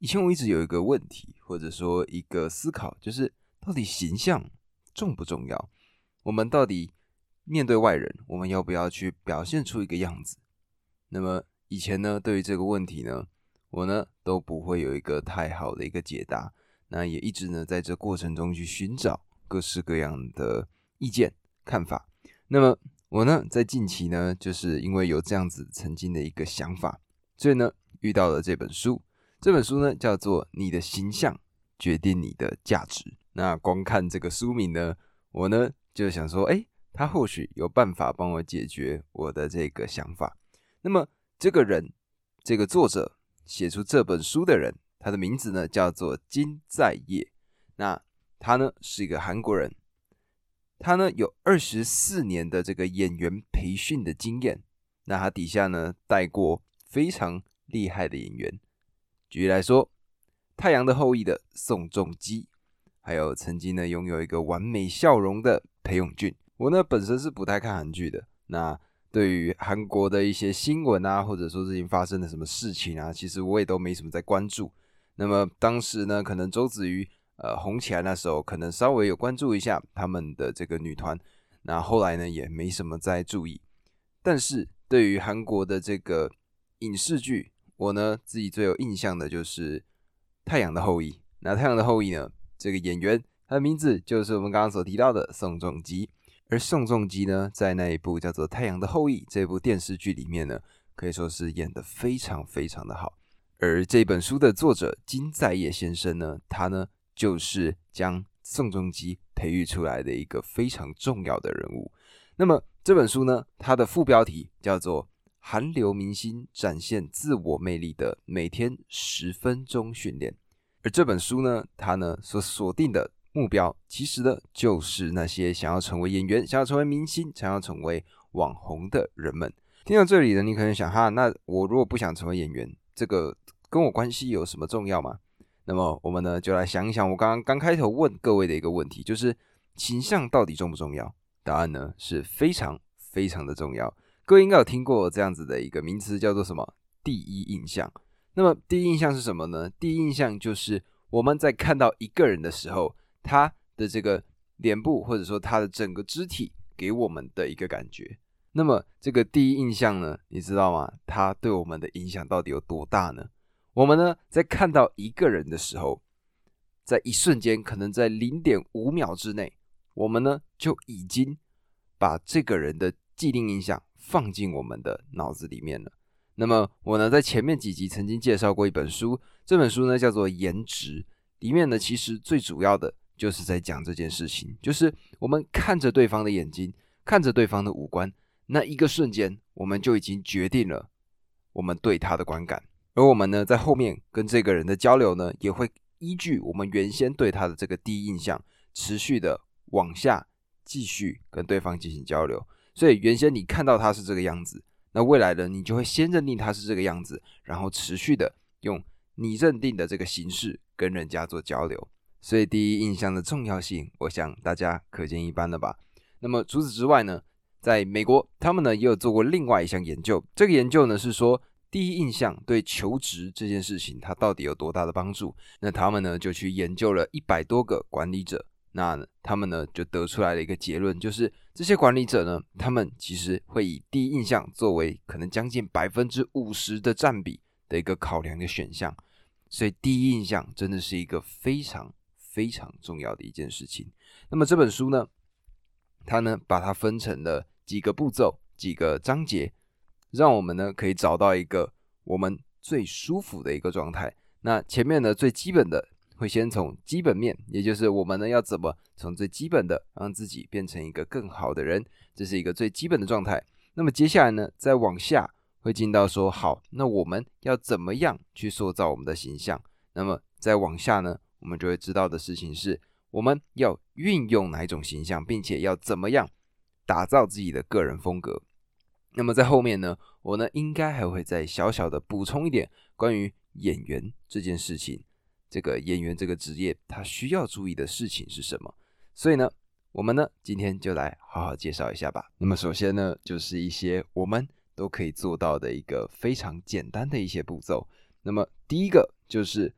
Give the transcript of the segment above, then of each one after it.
以前我一直有一个问题，或者说一个思考，就是到底形象重不重要？我们到底面对外人，我们要不要去表现出一个样子？那么以前呢，对于这个问题呢，我呢都不会有一个太好的一个解答。那也一直呢在这过程中去寻找各式各样的意见看法。那么我呢在近期呢，就是因为有这样子曾经的一个想法，所以呢遇到了这本书。这本书呢叫做《你的形象决定你的价值》。那光看这个书名呢，我呢就想说，他或许有办法帮我解决我的这个想法。那么这个人，这个作者写出这本书的人，他的名字呢叫做金在业。那他呢是一个韩国人，他呢有24年的这个演员培训的经验。那他底下呢带过非常厉害的演员。举例来说，《太阳的后裔》的宋仲基，还有曾经呢拥有一个完美笑容的裴勇俊。我呢本身是不太看韩剧的，那对于韩国的一些新闻啊，或者说最近发生的什么事情啊，其实我也都没什么在关注。那么当时呢，可能周子瑜红起来那时候，可能稍微有关注一下他们的这个女团，那后来呢也没什么在注意。但是对于韩国的这个影视剧，我呢自己最有印象的就是《太阳的后裔》。那《太阳的后裔》呢，这个演员他的名字就是我们刚刚所提到的宋仲基。而宋仲基呢，在那一部叫做《太阳的后裔》这部电视剧里面呢，可以说是演得非常非常的好。而这本书的作者金在业先生呢，他呢就是将宋仲基培育出来的一个非常重要的人物。那么这本书呢，它的副标题叫做韩流明星展现自我魅力的每天10分钟训练。而这本书呢，它呢所锁定的目标，其实呢就是那些想要成为演员、想要成为明星、想要成为网红的人们。听到这里呢，你可能想哈，那我如果不想成为演员，这个跟我关系有什么重要吗？那么我们呢就来想一想，我刚开头问各位的一个问题，就是形象到底重不重要？答案呢是非常非常的重要。各位应该有听过这样子的一个名词，叫做什么？第一印象。那么第一印象是什么呢？第一印象就是我们在看到一个人的时候，他的这个脸部或者说他的整个肢体给我们的一个感觉。那么这个第一印象呢，你知道吗？它对我们的影响到底有多大呢？我们呢在看到一个人的时候，在一瞬间，可能在0.5秒之内，我们呢就已经把这个人的既定印象放进我们的脑子里面了。那么我呢在前面几集曾经介绍过一本书，这本书呢叫做《颜值》，里面呢其实最主要的就是在讲这件事情，就是我们看着对方的眼睛，看着对方的五官，那一个瞬间我们就已经决定了我们对他的观感。而我们呢在后面跟这个人的交流呢，也会依据我们原先对他的这个第一印象，持续的往下继续跟对方进行交流。所以原先你看到他是这个样子，那未来呢你就会先认定他是这个样子，然后持续的用你认定的这个形式跟人家做交流。所以第一印象的重要性，我想大家可见一斑了吧。那么除此之外呢，在美国他们呢也有做过另外一项研究，这个研究呢是说第一印象对求职这件事情它到底有多大的帮助。那他们呢就去研究了100多个管理者，那他们呢就得出来了一个结论，就是这些管理者呢，他们其实会以第一印象作为可能将近50%的占比的一个考量的选项。所以第一印象真的是一个非常非常重要的一件事情。那么这本书呢，它呢把它分成了几个步骤、几个章节，让我们呢可以找到一个我们最舒服的一个状态。那前面呢最基本的会先从基本面，也就是我们呢要怎么从最基本的让自己变成一个更好的人，这是一个最基本的状态。那么接下来呢再往下会进到说，好，那我们要怎么样去塑造我们的形象？那么再往下呢，我们就会知道的事情是，我们要运用哪一种形象，并且要怎么样打造自己的个人风格。那么在后面呢，我呢应该还会再小小的补充一点关于演员这件事情，这个演员这个职业他需要注意的事情是什么。所以呢，我们呢今天就来好好介绍一下吧。那么首先呢，就是一些我们都可以做到的一个非常简单的一些步骤。那么第一个就是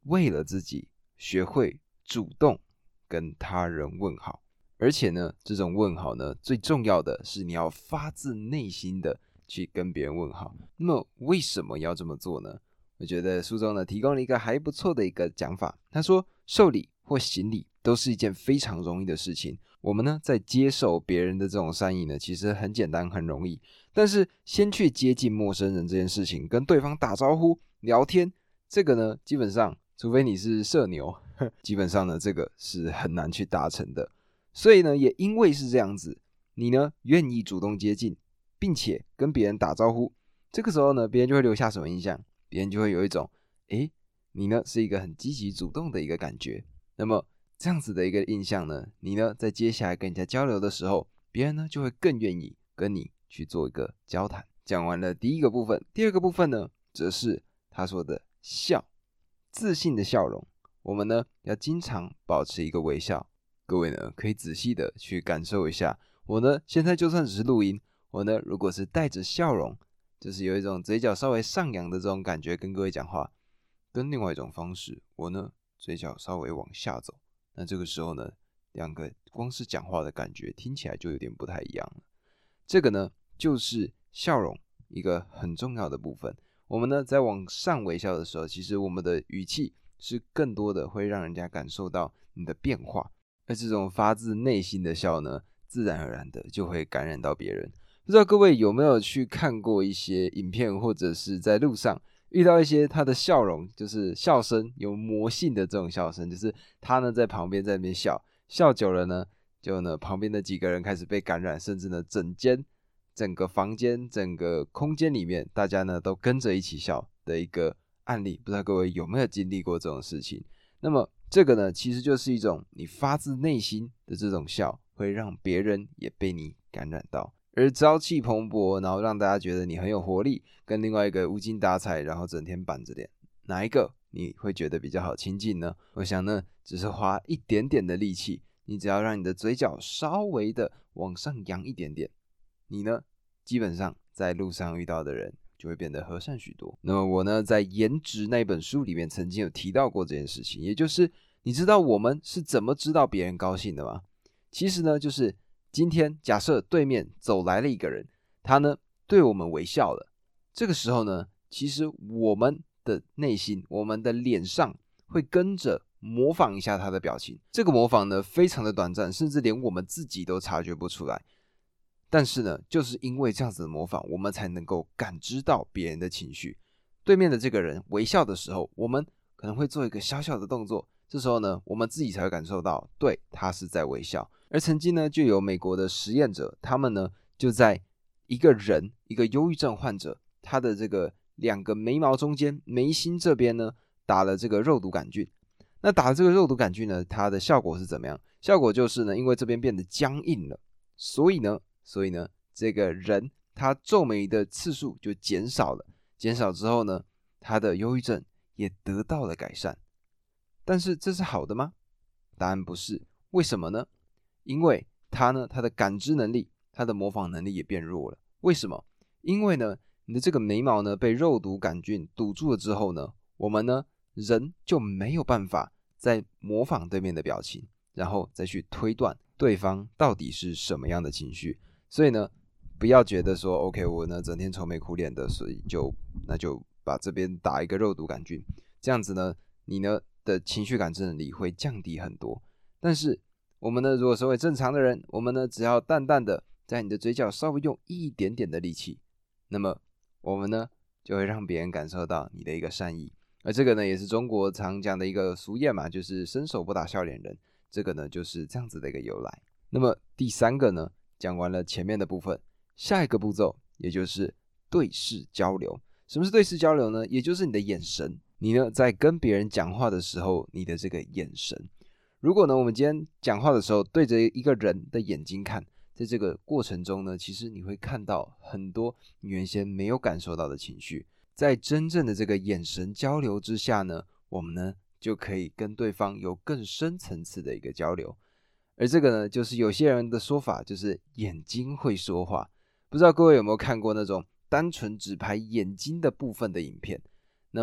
为了自己学会主动跟他人问好。而且呢，这种问好呢，最重要的是你要发自内心的去跟别人问好。那么为什么要这么做呢？我觉得书中呢提供了一个还不错的一个讲法。他说，受礼或行礼都是一件非常容易的事情。我们呢在接受别人的这种善意呢，其实很简单很容易。但是先去接近陌生人这件事情，跟对方打招呼聊天，这个呢基本上除非你是社牛，基本上呢这个是很难去达成的。所以呢也因为是这样子，你呢愿意主动接近，并且跟别人打招呼，这个时候呢别人就会留下什么印象？别人就会有一种你呢是一个很积极主动的一个感觉。那么这样子的一个印象呢，你呢在接下来跟人家交流的时候，别人呢就会更愿意跟你去做一个交谈。讲完了第一个部分，第二个部分呢则是他说的笑，自信的笑容。我们呢要经常保持一个微笑。各位呢可以仔细的去感受一下，我呢现在就算只是录音，我呢如果是带着笑容，就是有一种嘴角稍微上扬的这种感觉跟各位讲话，跟另外一种方式，我呢嘴角稍微往下走，那这个时候呢两个光是讲话的感觉听起来就有点不太一样了。这个呢就是笑容一个很重要的部分。我们呢在往上微笑的时候，其实我们的语气是更多的会让人家感受到你的变化，而这种发自内心的笑呢，自然而然的就会感染到别人。不知道各位有没有去看过一些影片，或者是在路上遇到一些他的笑容，就是笑声有魔性的这种笑声，就是他呢在旁边在那边笑，笑久了呢，就呢旁边的几个人开始被感染，甚至呢整个房间整个空间里面大家呢都跟着一起笑的一个案例。不知道各位有没有经历过这种事情？那么这个呢其实就是一种你发自内心的这种笑，会让别人也被你感染到，而朝气蓬勃，然后让大家觉得你很有活力，跟另外一个无精打采然后整天板着脸，哪一个你会觉得比较好亲近呢？我想呢只是花一点点的力气，你只要让你的嘴角稍微的往上扬一点点，你呢基本上在路上遇到的人就会变得和善许多。那么我呢在颜值那本书里面曾经有提到过这件事情，也就是你知道我们是怎么知道别人高兴的吗？其实呢就是今天假设对面走来了一个人，他呢对我们微笑了，这个时候呢其实我们的内心，我们的脸上会跟着模仿一下他的表情。这个模仿呢非常的短暂，甚至连我们自己都察觉不出来。但是呢就是因为这样子的模仿，我们才能够感知到别人的情绪。对面的这个人微笑的时候，我们可能会做一个小小的动作，这时候呢我们自己才会感受到，对，他是在微笑。而曾经呢就有美国的实验者，他们呢就在一个忧郁症患者，他的这个两个眉毛中间眉心这边呢打了这个肉毒杆菌。那打了这个肉毒杆菌呢，它的效果是怎么样？效果就是呢因为这边变得僵硬了，所以呢这个人他皱眉的次数就减少了，减少之后呢他的忧郁症也得到了改善。但是这是好的吗？答案不是。为什么呢？因为他的感知能力，他的模仿能力也变弱了。为什么？因为呢你的这个眉毛呢被肉毒杆菌堵住了之后呢，我们呢人就没有办法再模仿对面的表情，然后再去推断对方到底是什么样的情绪。所以呢不要觉得说 OK 我呢整天愁眉苦脸的，所以那就把这边打一个肉毒杆菌，这样子呢你呢的情绪感知能力会降低很多。但是我们呢如果身为正常的人，我们呢只要淡淡的在你的嘴角稍微用一点点的力气，那么我们呢就会让别人感受到你的一个善意。而这个呢也是中国常讲的一个俗谚嘛，就是伸手不打笑脸人，这个呢就是这样子的一个由来。那么第三个呢讲完了前面的部分，下一个步骤也就是对视交流。什么是对视交流呢？也就是你的眼神。你呢在跟别人讲话的时候，你的这个眼神，如果呢我们今天讲话的时候对着一个人的眼睛看，在这个过程中呢其实你会看到很多你原先没有感受到的情绪。在真正的这个眼神交流之下呢，我们呢就可以跟对方有更深层次的一个交流。而这个呢就是有些人的说法，就是眼睛会说话。不知道各位有没有看过那种单纯只拍眼睛的部分的影片？那么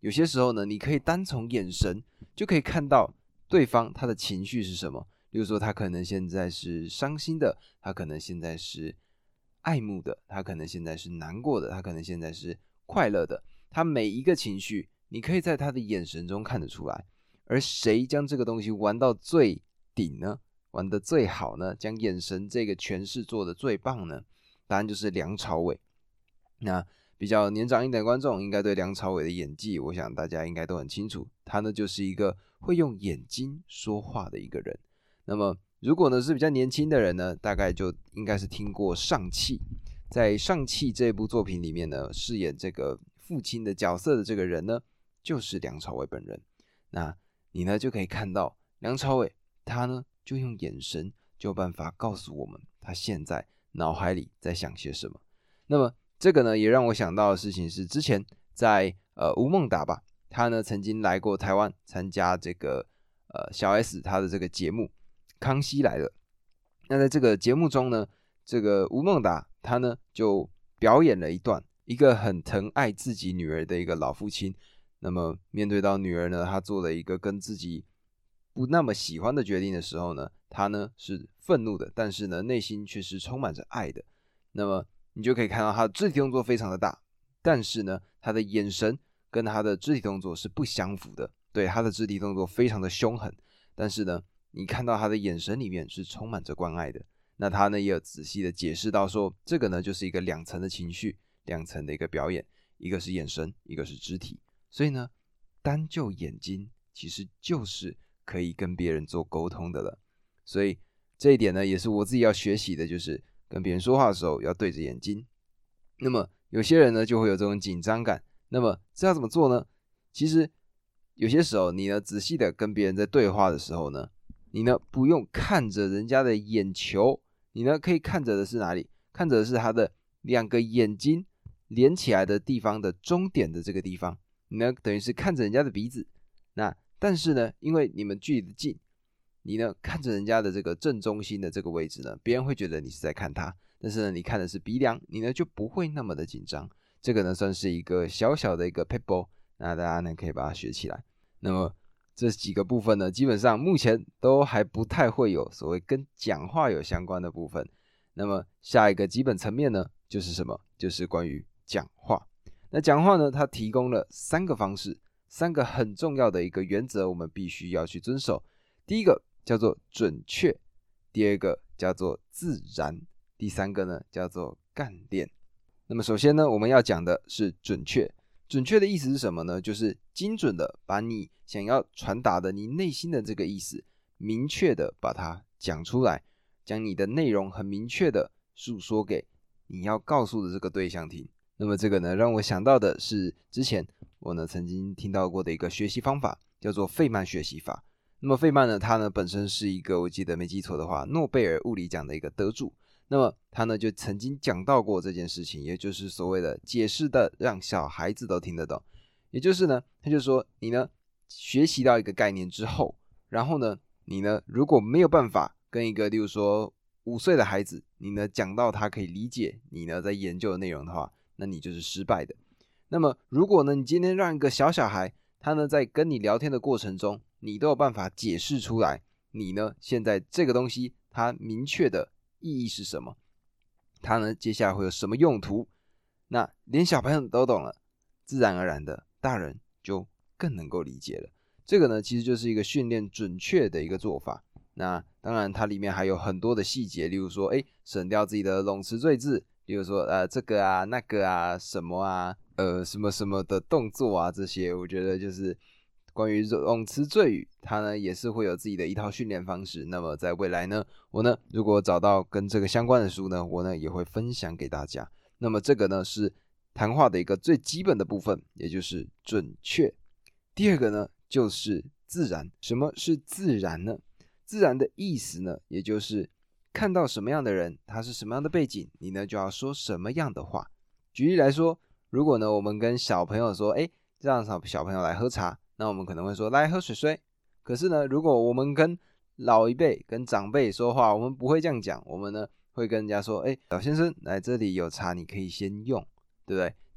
有些时候呢，你可以单从眼神就可以看到对方他的情绪是什么。例如说，他可能现在是伤心的，他可能现在是爱慕的，他可能现在是难过的，他可能现在是快乐的。他每一个情绪，你可以在他的眼神中看得出来。而谁将这个东西玩到最顶呢？玩得最好呢？将眼神这个诠释做得最棒呢？答案就是梁朝伟。那比较年长一点的观众应该对梁朝伟的演技，我想大家应该都很清楚。他呢就是一个会用眼睛说话的一个人。那么如果呢是比较年轻的人呢，大概就应该是听过上汽。在上汽这部作品里面呢，饰演这个父亲的角色的这个人呢，就是梁朝伟本人。那你呢就可以看到梁朝伟他呢就用眼神就有办法告诉我们他现在脑海里在想些什么。那么这个呢也让我想到的事情是，之前在吴孟达吧，他呢曾经来过台湾参加这个小 S 他的这个节目《康熙来了》。那在这个节目中呢，这个吴孟达他呢就表演了一个很疼爱自己女儿的一个老父亲。那么面对到女儿呢，他做了一个跟自己不那么喜欢的决定的时候呢，他呢是愤怒的，但是呢内心却是充满着爱的。那么你就可以看到他的肢体动作非常的大，但是呢他的眼神跟他的肢体动作是不相符的。对，他的肢体动作非常的凶狠，但是呢你看到他的眼神里面是充满着关爱的。那他呢也有仔细的解释到说，这个呢就是一个两层的情绪，两层的一个表演，一个是眼神，一个是肢体。所以呢单就眼睛其实就是可以跟别人做沟通的了。所以这一点呢也是我自己要学习的，就是跟别人说话的时候要对着眼睛。那么有些人呢就会有这种紧张感，那么这要怎么做呢？其实有些时候你呢仔细的跟别人在对话的时候呢，你呢不用看着人家的眼球，你呢可以看着的是哪里？看着的是他的两个眼睛连起来的地方的中点的这个地方。你呢等于是看着人家的鼻子，那但是呢因为你们距离的近，你呢看着人家的这个正中心的这个位置呢，别人会觉得你是在看他，但是呢你看的是鼻梁，你呢就不会那么的紧张。这个呢算是一个小小的一个 pebble， 那大家呢可以把它学起来。那么这几个部分呢基本上目前都还不太会有所谓跟讲话有相关的部分。那么下一个基本层面呢就是什么？就是关于讲话。那讲话呢它提供了3个方式，3个很重要的一个原则我们必须要去遵守。第一个叫做准确，第二个叫做自然，第3个呢叫做干练。那么首先呢我们要讲的是准确。准确的意思是什么呢？就是精准的把你想要传达的你内心的这个意思明确的把它讲出来，将你的内容很明确的诉说给你要告诉的这个对象听。那么这个呢让我想到的是之前我呢曾经听到过的一个学习方法，叫做费曼学习法。那么费曼呢他呢本身是一个，我记得没记错的话，诺贝尔物理奖的一个得主。那么他呢就曾经讲到过这件事情，也就是所谓的解释的让小孩子都听得懂。也就是呢他就说你呢学习到一个概念之后，然后呢你呢如果没有办法跟一个例如说5岁的孩子你呢讲到他可以理解你呢在研究的内容的话，那你就是失败的。那么如果呢你今天让一个小孩他呢在跟你聊天的过程中，你都有办法解释出来你呢现在这个东西它明确的意义是什么，它呢接下来会有什么用途，那连小朋友都懂了，自然而然的大人就更能够理解了。这个呢其实就是一个训练准确的一个做法。那当然它里面还有很多的细节，例如说省掉自己的冗词赘字，例如说这个啊那个啊什么啊什么什么的动作啊，这些我觉得就是关于冗词赘语，它呢也是会有自己的一套训练方式。那么在未来呢，我呢如果找到跟这个相关的书呢，我呢也会分享给大家。那么这个呢是谈话的一个最基本的部分，也就是准确。第二个呢就是自然。什么是自然呢？自然的意思呢，也就是看到什么样的人，他是什么样的背景，你呢就要说什么样的话。举例来说，如果呢我们跟小朋友说让小朋友来喝茶，那我们可能会说来喝水水。可是呢如果我们跟老一辈跟长辈说话，我们不会这样讲，我们呢会跟人家说老先生来这里有茶你可以先用，对不对？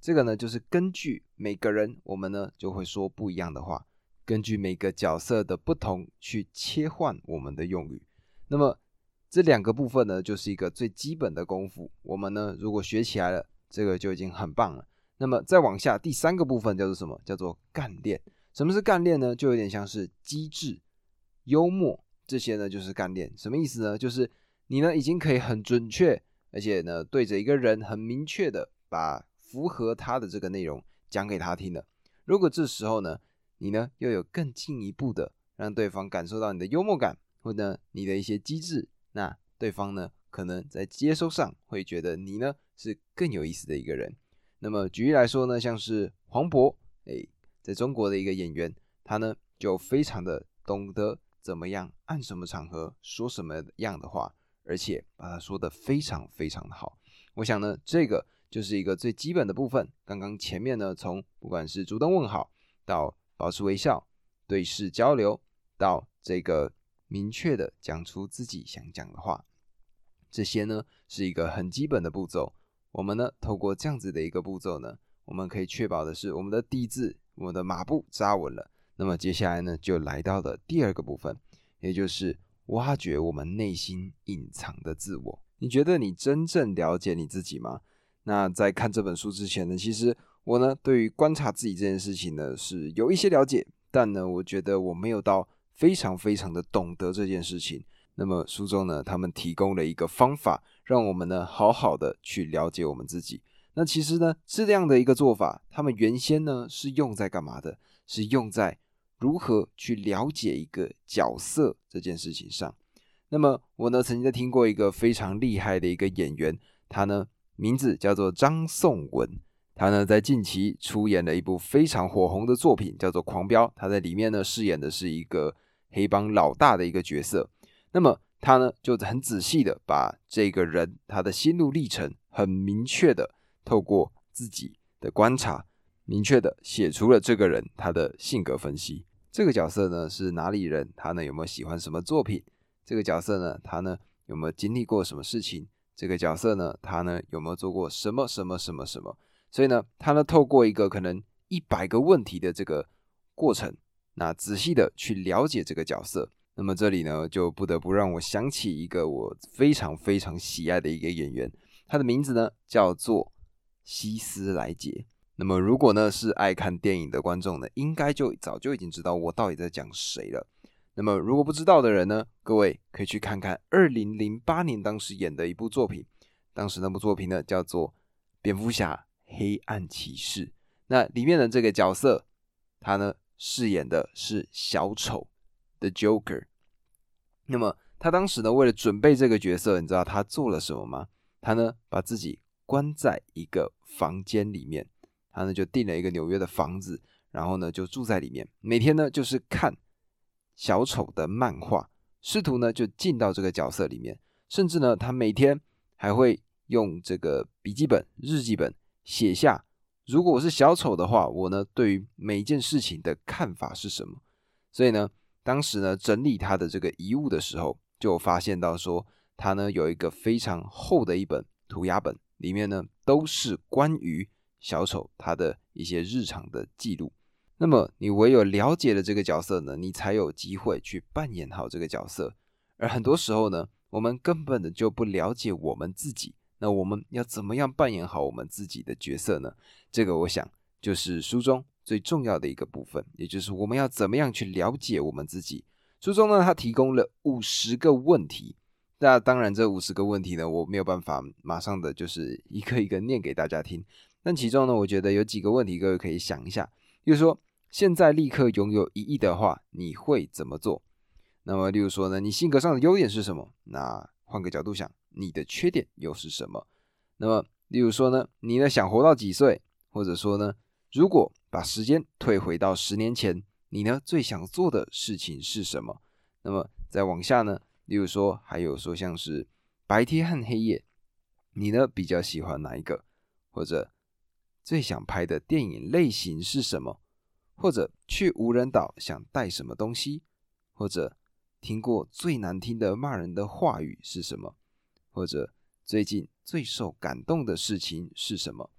这个呢就是根据每个人，我们呢就会说不一样的话，根据每个角色的不同去切换我们的用语。那么这2个部分呢，就是一个最基本的功夫。我们呢如果学起来了，这个就已经很棒了。那么再往下，第3个部分叫做什么？叫做干练。什么是干练呢？就有点像是机智、幽默，这些呢就是干练。什么意思呢？就是你呢已经可以很准确，而且呢对着一个人很明确的把符合他的这个内容讲给他听了。如果这时候呢，你呢又有更进一步的让对方感受到你的幽默感，或者你的一些机智，那对方呢可能在接收上会觉得你呢是更有意思的一个人。那么举例来说呢，像是黄渤，在中国的一个演员，他呢就非常的懂得怎么样按什么场合说什么样的话，而且把它说得非常非常的好。我想呢，这个就是一个最基本的部分。刚刚前面呢，从不管是主动问好，到保持微笑，对视交流，到这个明确的讲出自己想讲的话，这些呢是一个很基本的步骤。我们呢透过这样子的一个步骤呢，我们可以确保的是我们的底子，我们的马步扎稳了。那么接下来呢，就来到了第2个部分，也就是挖掘我们内心隐藏的自我。你觉得你真正了解你自己吗？那在看这本书之前呢，其实我呢对于观察自己这件事情呢是有一些了解，但呢我觉得我没有到非常非常的懂得这件事情。那么书中呢，他们提供了一个方法，让我们呢好好的去了解我们自己。那其实呢，这样的一个做法，他们原先呢是用在干嘛的？是用在如何去了解一个角色这件事情上。那么我呢曾经听过一个非常厉害的一个演员，他呢名字叫做张颂文，他呢在近期出演了一部非常火红的作品，叫做《狂飙》。他在里面呢饰演的是一个黑帮老大的一个角色。那么他呢就很仔细的把这个人他的心路历程很明确的透过自己的观察，明确的写出了这个人他的性格分析。这个角色呢是哪里人？他呢有没有喜欢什么作品？这个角色呢他呢有没有经历过什么事情？这个角色呢他呢有没有做过什么什么什么什么？所以呢他呢透过一个可能100个问题的这个过程，那仔细的去了解这个角色。那么这里呢就不得不让我想起一个我非常非常喜爱的一个演员，他的名字呢叫做希斯莱杰。那么如果呢是爱看电影的观众呢，应该就早就已经知道我到底在讲谁了。那么如果不知道的人呢，各位可以去看看2008年当时演的一部作品，当时那部作品呢叫做蝙蝠侠黑暗骑士。那里面的这个角色，他呢饰演的是小丑的 Joker。 那么他当时呢为了准备这个角色，你知道他做了什么吗？他呢把自己关在一个房间里面，他呢就订了一个纽约的房子，然后呢就住在里面，每天呢就是看小丑的漫画，试图呢就进到这个角色里面，甚至呢他每天还会用这个笔记本、日记本写下，如果我是小丑的话，我呢对于每一件事情的看法是什么。所以呢当时呢整理他的这个遗物的时候，就发现到说他呢有一个非常厚的一本涂鸦本，里面呢都是关于小丑他的一些日常的记录。那么你唯有了解了这个角色呢，你才有机会去扮演好这个角色。而很多时候呢，我们根本的就不了解我们自己，那我们要怎么样扮演好我们自己的角色呢？这个我想就是书中最重要的一个部分，也就是我们要怎么样去了解我们自己。书中呢，它提供了50个问题。那当然这50个问题呢，我没有办法马上的就是一个一个念给大家听，但其中呢，我觉得有几个问题各位可以想一下。例如说，现在立刻拥有1亿的话，你会怎么做？那么例如说呢，你性格上的优点是什么？那换个角度想，你的缺点又是什么？那么例如说呢，你呢想活到几岁？或者说呢，如果把时间退回到10年前，你呢最想做的事情是什么？那么再往下呢，例如说还有说像是白天和黑夜，你呢比较喜欢哪一个？或者最想拍的电影类型是什么？或者去无人岛想带什么东西？或者听过最难听的骂人的话语是什么？或者最近最受感动的事情是什么？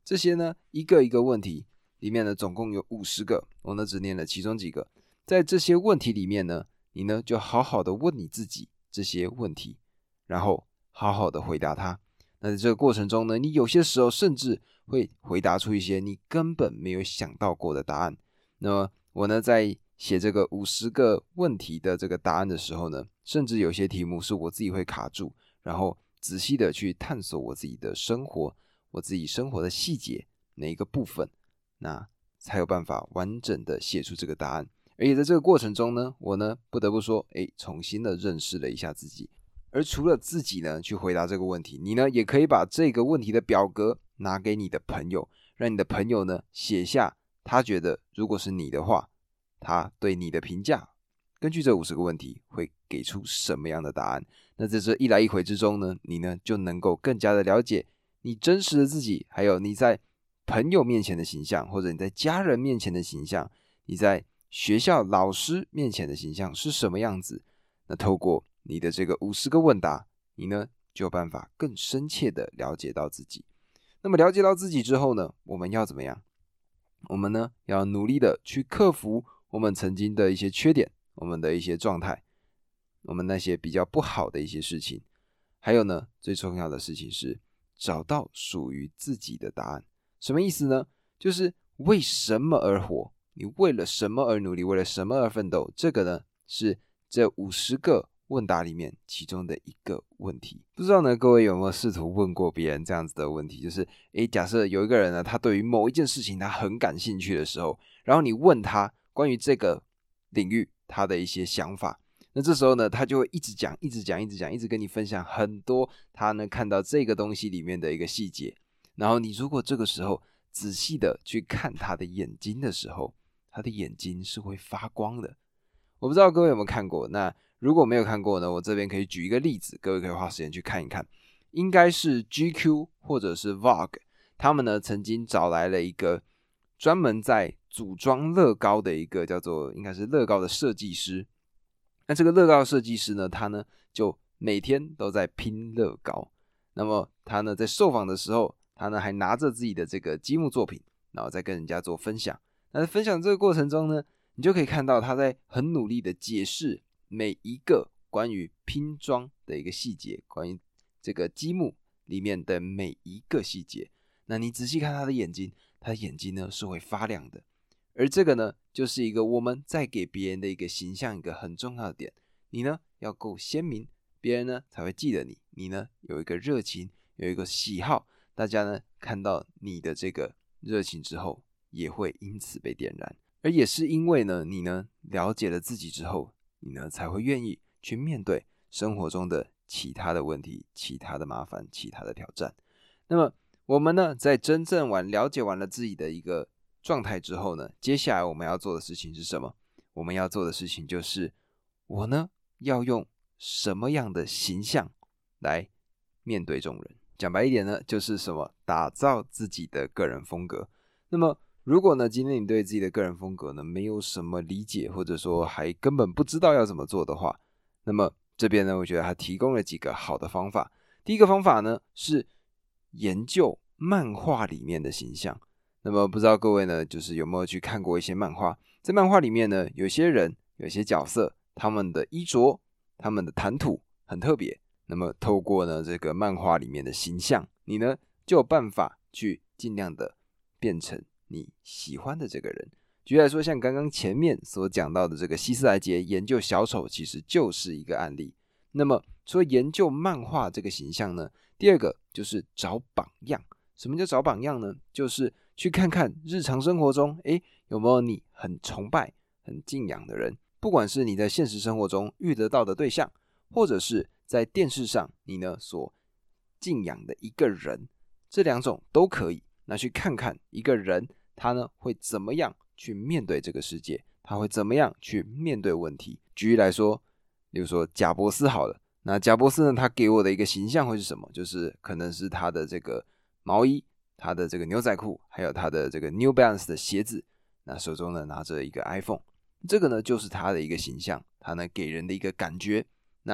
这些呢一个一个问题里面呢总共有50个，我呢只念了其中几个。在这些问题里面呢，你呢就好好的问你自己这些问题，然后好好的回答它。那在这个过程中呢，你有些时候甚至会回答出一些你根本没有想到过的答案。那么我呢在写这个50个问题的这个答案的时候呢，甚至有些题目是我自己会卡住，然后仔细的去探索我自己的生活，我自己生活的细节哪一个部分，那才有办法完整的写出这个答案。而且在这个过程中呢，我呢不得不说，重新的认识了一下自己。而除了自己呢去回答这个问题，你呢也可以把这个问题的表格拿给你的朋友，让你的朋友呢写下他觉得如果是你的话，他对你的评价，根据这50个问题会给出什么样的答案。那在这一来一回之中呢，你呢就能够更加的了解你真实的自己，还有你在朋友面前的形象，或者你在家人面前的形象，你在学校老师面前的形象是什么样子。那透过你的这个50个问答，你呢就有办法更深切的了解到自己。那么了解到自己之后呢，我们要怎么样？我们呢要努力的去克服我们曾经的一些缺点，我们的一些状态，我们那些比较不好的一些事情。还有呢，最重要的事情是找到属于自己的答案。什么意思呢？就是为什么而活，你为了什么而努力，为了什么而奋斗，这个呢是这50个问答里面其中的一个问题。不知道呢各位有没有试图问过别人这样子的问题，就是假设有一个人呢，他对于某一件事情他很感兴趣的时候，然后你问他关于这个领域他的一些想法，那这时候呢他就会一直讲一直跟你分享很多他呢看到这个东西里面的一个细节。然后你如果这个时候仔细的去看他的眼睛的时候，他的眼睛是会发光的。我不知道各位有没有看过，那如果没有看过呢，我这边可以举一个例子，各位可以花时间去看一看。应该是 GQ 或者是 Vogue， 他们呢曾经找来了一个专门在组装乐高的一个叫做应该是乐高的设计师。那这个乐高设计师呢，他呢就每天都在拼乐高。那么他呢在受访的时候，他呢还拿着自己的这个积木作品，然后再跟人家做分享。那在分享这个过程中呢，你就可以看到他在很努力的解释每一个关于拼装的一个细节，关于这个积木里面的每一个细节。那你仔细看他的眼睛，他的眼睛呢是会发亮的。而这个呢就是一个我们在给别人的一个形象，一个很重要的点。你呢要够鲜明，别人呢才会记得你。你呢有一个热情，有一个喜好，大家呢看到你的这个热情之后，也会因此被点燃。而也是因为呢你呢了解了自己之后，你呢才会愿意去面对生活中的其他的问题，其他的麻烦，其他的挑战。那么我们呢在真正了解完了自己的一个状态之后呢，接下来我们要做的事情是什么？我们要做的事情就是我呢要用什么样的形象来面对众人。讲白一点呢，就是什么？打造自己的个人风格。那么如果呢今天你对自己的个人风格呢没有什么理解，或者说还根本不知道要怎么做的话，那么这边呢我觉得它提供了几个好的方法。第一个方法呢是研究漫画里面的形象。那么不知道各位呢就是有没有去看过一些漫画，在漫画里面呢有些人有些角色，他们的衣着，他们的谈吐很特别。那么透过呢这个漫画里面的形象，你呢就有办法去尽量的变成你喜欢的这个人。举例来说，像刚刚前面所讲到的这个希斯莱杰研究小丑，其实就是一个案例。那么除了研究漫画这个形象呢，第二个就是找榜样。什么叫找榜样呢？就是去看看日常生活中有没有你很崇拜很敬仰的人，不管是你在现实生活中遇得到的对象，或者是在电视上你呢所敬仰的一个人，这两种都可以。那去看看一个人他呢会怎么样去面对这个世界，他会怎么样去面对问题。举例来说，例如说贾伯斯好了，那贾伯斯呢他给我的一个形象会是什么？就是可能是他的这个毛衣，他的这个牛仔裤，还有他的这个 New Balance 的鞋子，那手中呢拿着一个 iPhone， 这个呢就是他的一个形象，他呢给人的一个感觉。那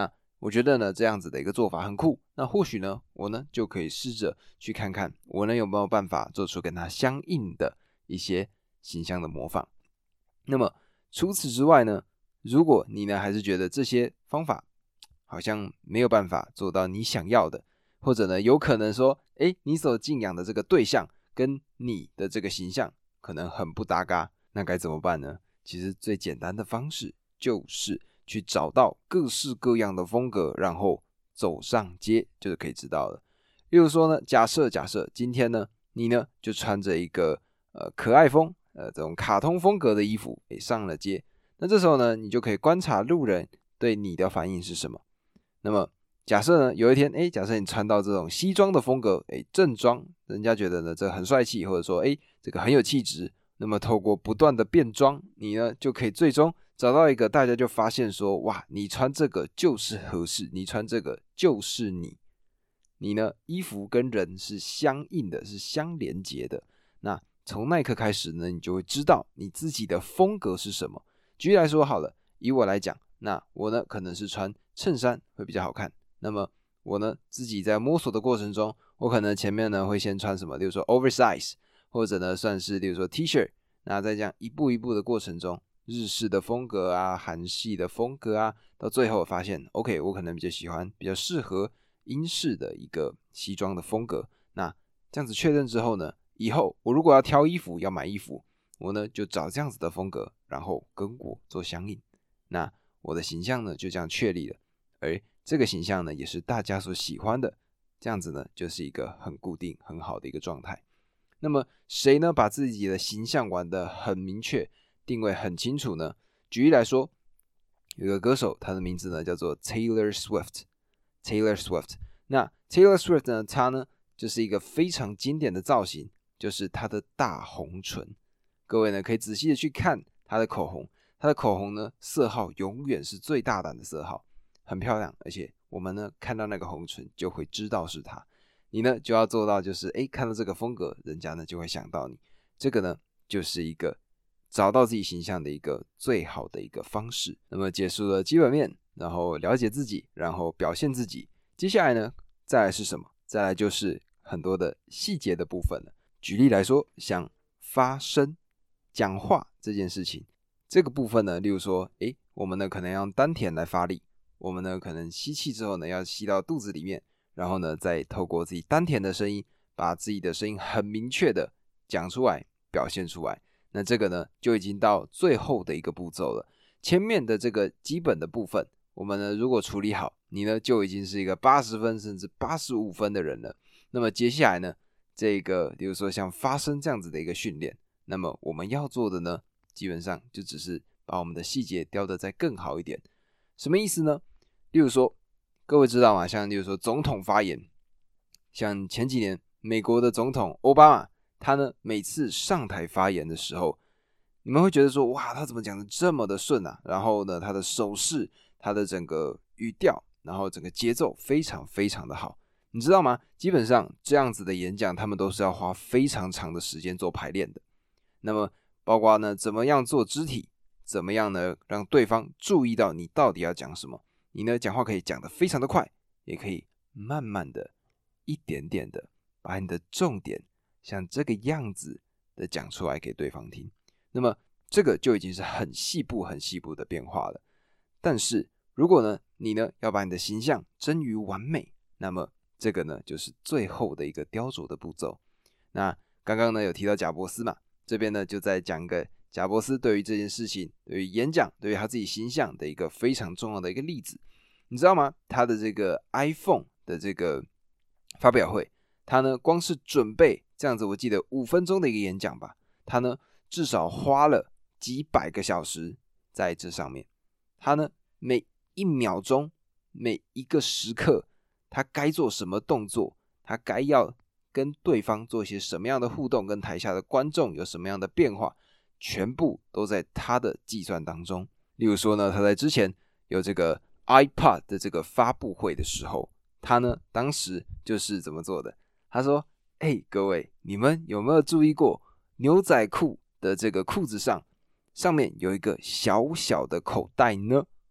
我觉得呢这样子的一个做法很酷，那或许呢我呢就可以试着去看看我呢有没有办法做出跟它相应的一些形象的模仿。那么除此之外呢，如果你呢还是觉得这些方法好像没有办法做到你想要的，或者呢有可能说你所敬仰的这个对象跟你的这个形象可能很不搭嘎，那该怎么办呢？其实最简单的方式就是去找到各式各样的风格，然后走上街就是可以知道了。例如说呢，假设今天呢你呢就穿着一个可爱风这种卡通风格的衣服上了街，那这时候呢你就可以观察路人对你的反应是什么。那么假设呢有一天假设你穿到这种西装的风格正装，人家觉得呢这很帅气，或者说这个很有气质，那么透过不断的变装，你呢就可以最终找到一个大家就发现说，哇，你穿这个就是合适，你穿这个就是你呢衣服跟人是相应的，是相连结的。那从那一刻开始呢，你就会知道你自己的风格是什么。举例来说好了，以我来讲，那我呢可能是穿衬衫会比较好看，那么我呢自己在摸索的过程中，我可能前面呢会先穿什么，例如说 oversize， 或者呢算是例如说 T 恤，那在这样一步一步的过程中，日式的风格啊，韩系的风格啊，到最后发现 OK 我可能比较喜欢比较适合英式的一个西装的风格。那这样子确认之后呢，以后我如果要挑衣服要买衣服，我呢就找这样子的风格，然后跟我做相应，那我的形象呢就这样确立了，而这个形象呢也是大家所喜欢的，这样子呢就是一个很固定很好的一个状态。那么谁呢把自己的形象玩得很明确，定位很清楚呢？举例来说，有一个歌手，他的名字呢叫做 Taylor Swift。 那 Taylor Swift 呢，他呢就是一个非常经典的造型，就是他的大红唇。各位呢可以仔细的去看他的口红，他的口红呢色号永远是最大胆的色号，很漂亮，而且我们呢看到那个红唇就会知道是他。你呢就要做到就是看到这个风格，人家呢就会想到你。这个呢就是一个找到自己形象的一个最好的一个方式。那么结束了基本面，然后了解自己，然后表现自己，接下来呢再来是什么？再来就是很多的细节的部分了。举例来说，像发声讲话这件事情，这个部分呢，例如说我们呢可能要用丹田来发力，我们呢可能吸气之后呢要吸到肚子里面，然后呢再透过自己丹田的声音，把自己的声音很明确的讲出来，表现出来。那这个呢就已经到最后的一个步骤了。前面的这个基本的部分，我们呢如果处理好，你呢就已经是一个80分甚至85分的人了。那么接下来呢，这个比如说像发声这样子的一个训练，那么我们要做的呢，基本上就只是把我们的细节雕得再更好一点。什么意思呢？例如说，各位知道吗？像例如说总统发言，像前几年美国的总统奥巴马，他呢每次上台发言的时候，你们会觉得说，哇，他怎么讲的这么的顺啊？然后呢，他的手势，他的整个语调，然后整个节奏非常非常的好。你知道吗？基本上这样子的演讲，他们都是要花非常长的时间做排练的。那么包括呢，怎么样做肢体，怎么样呢让对方注意到你到底要讲什么。你呢讲话可以讲得非常的快，也可以慢慢的一点点的把你的重点像这个样子的讲出来给对方听。那么这个就已经是很细部很细部的变化了。但是如果呢你呢要把你的形象臻于完美，那么这个呢就是最后的一个雕琢的步骤。那刚刚呢有提到贾伯斯嘛，这边呢就再讲一个贾伯斯对于这件事情，对于演讲，对于他自己形象的一个非常重要的一个例子。你知道吗？他的这个 iPhone 的这个发表会，他呢光是准备这样子，我记得5分钟的一个演讲吧，他呢至少花了几百个小时在这上面。他呢每一秒钟，每一个时刻，他该做什么动作，他该要跟对方做一些什么样的互动，跟台下的观众有什么样的变化，全部都在他的计算当中。例如说呢，他在之前有这个 iPod 的这个发布会的时候，他呢当时就是怎么做的？他说各位，你们有没有注意过牛仔裤的这个裤子上面有一个小小的口袋呢？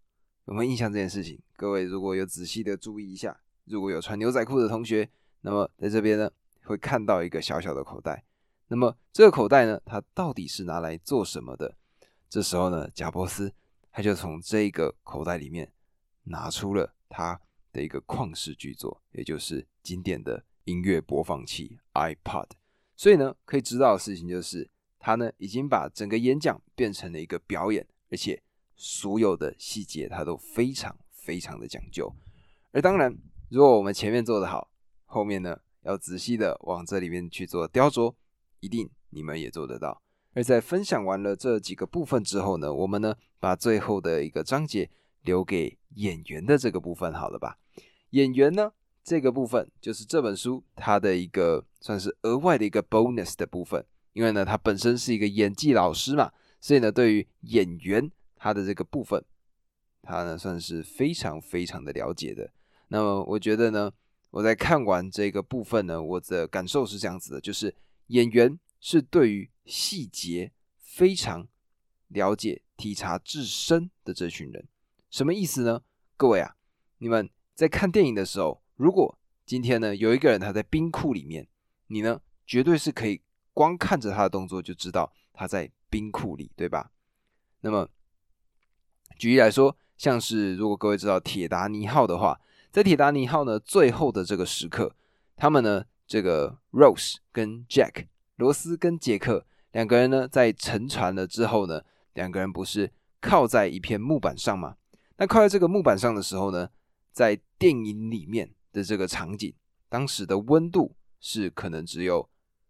有没有印象这件事情？各位如果有仔细的注意一下，如果有穿牛仔裤的同学，那么在这边呢会看到一个小小的口袋。那么这个口袋呢，它到底是拿来做什么的？这时候呢，贾伯斯他就从这个口袋里面拿出了他的一个旷世巨作，也就是经典的音乐播放器 iPod。所以呢，可以知道的事情就是，他呢已经把整个演讲变成了一个表演，而且所有的细节他都非常非常的讲究。而当然，如果我们前面做得好，后面呢要仔细的往这里面去做雕琢，一定你们也做得到。而在分享完了这几个部分之后呢，我们呢把最后的一个章节留给演员的这个部分好了吧。演员呢这个部分就是这本书它的一个算是额外的一个 bonus 的部分，因为呢他本身是一个演技老师嘛，所以呢对于演员他的这个部分，他呢算是非常非常的了解的。那么我觉得呢，我在看完这个部分呢，我的感受是这样子的，就是演员是对于细节非常了解、体察至深的这群人。什么意思呢？各位啊，你们在看电影的时候，如果今天呢有一个人他在冰库里面，你呢绝对是可以光看着他的动作就知道他在冰库里，对吧？那么举例来说，像是如果各位知道铁达尼号的话，在铁达尼号呢最后的这个时刻，他们呢这个 Rose 跟 Jack 罗斯跟杰克两个人呢在沉船了之后呢，两个人不是靠在一片木板上吗？那靠在这个木板上的时候呢，在电影里面的这个场景，当时的温度是可能只有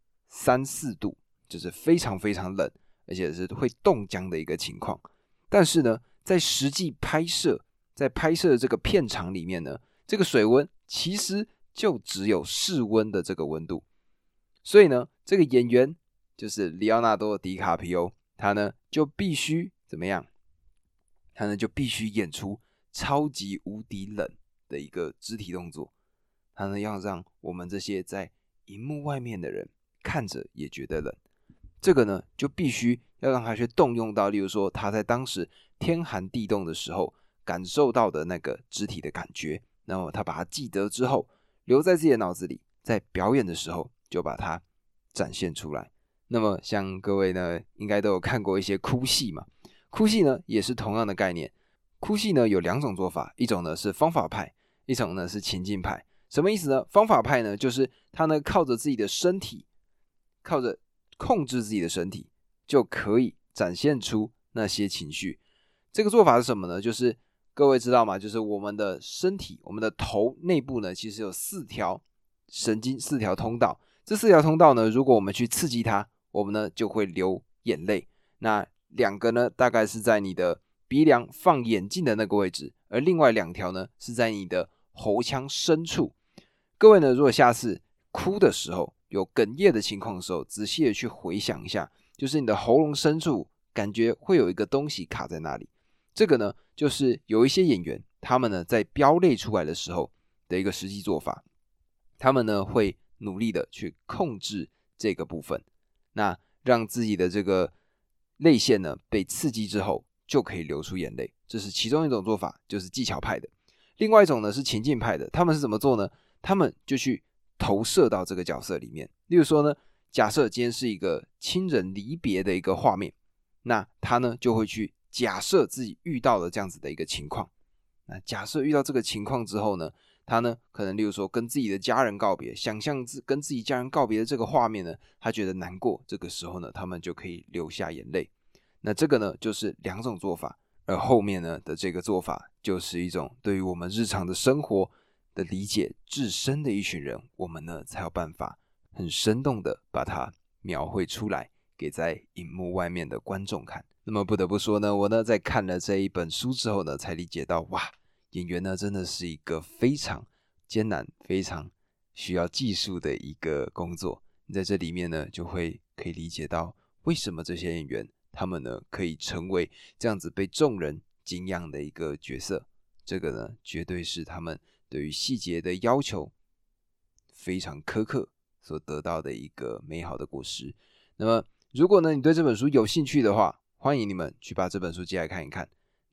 3-4度，就是非常非常冷，而且是会冻僵的一个情况。但是呢，在实际拍摄，在拍摄的这个片场里面呢，这个水温其实就只有室温的这个温度。所以呢，这个演员就是里奥纳多·迪卡皮欧，他呢就必须怎么样？他呢就必须演出超级无敌冷的一个肢体动作。他呢要让我们这些在荧幕外面的人看着也觉得冷。这个呢就必须要让他去动用到，例如说他在当时天寒地冻的时候感受到的那个肢体的感觉，然后他把它记得之后留在自己的脑子里，在表演的时候就把它展现出来。那么像各位呢应该都有看过一些哭戏嘛，哭戏呢也是同样的概念。哭戏呢有2种做法，一种呢是方法派，一种呢是情境派。什么意思呢？方法派呢就是他呢靠着自己的身体，靠着控制自己的身体就可以展现出那些情绪。这个做法是什么呢？就是各位知道吗？就是我们的身体，我们的头内部呢其实有4条神经，4条通道。这4条通道呢，如果我们去刺激它，我们呢就会流眼泪。那2个呢大概是在你的鼻梁放眼镜的那个位置，而另外2条呢是在你的喉腔深处。各位呢如果下次哭的时候有哽咽的情况的时候，仔细的去回想一下，就是你的喉咙深处感觉会有一个东西卡在那里。这个呢就是有一些演员他们呢在飙泪出来的时候的一个实际做法，他们呢会努力的去控制这个部分，那让自己的这个泪腺呢被刺激之后就可以流出眼泪。这是其中一种做法，就是技巧派的。另外一种呢是情境派的，他们是怎么做呢？他们就去投射到这个角色里面。例如说呢，假设今天是一个亲人离别的一个画面，那他呢就会去假设自己遇到了这样子的一个情况。那假设遇到这个情况之后呢，他呢可能例如说跟自己的家人告别，想象跟自己家人告别的这个画面呢，他觉得难过，这个时候呢他们就可以流下眼泪。那这个呢就是2种做法，而后面呢的这个做法就是一种对于我们日常的生活的理解至深的一群人，我们呢才有办法很生动的把它描绘出来给在荧幕外面的观众看。那么不得不说呢，我呢在看了这一本书之后呢，才理解到哇，演员呢真的是一个非常艰难、非常需要技术的一个工作。你在这里面呢就会可以理解到为什么这些演员他们呢可以成为这样子被众人敬仰的一个角色。这个呢绝对是他们对于细节的要求非常苛刻所得到的一个美好的果实。那么如果呢你对这本书有兴趣的话，欢迎你们去把这本书借来看一看。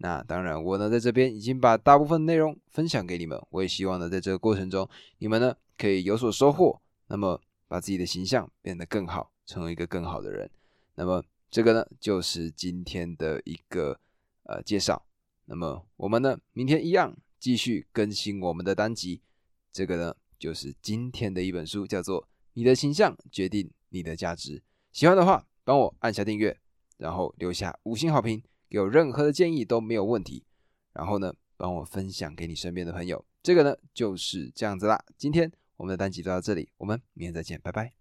那当然，我呢在这边已经把大部分内容分享给你们，我也希望呢在这个过程中，你们呢可以有所收获，那么把自己的形象变得更好，成为一个更好的人。那么这个呢就是今天的一个介绍。那么我们呢明天一样继续更新我们的单集，这个呢就是今天的一本书，叫做《你的形象决定你的价值》。喜欢的话帮我按下订阅，然后留下5星好评，有任何的建议都没有问题，然后呢帮我分享给你身边的朋友。这个呢就是这样子啦，今天我们的单集就到这里，我们明天再见，拜拜。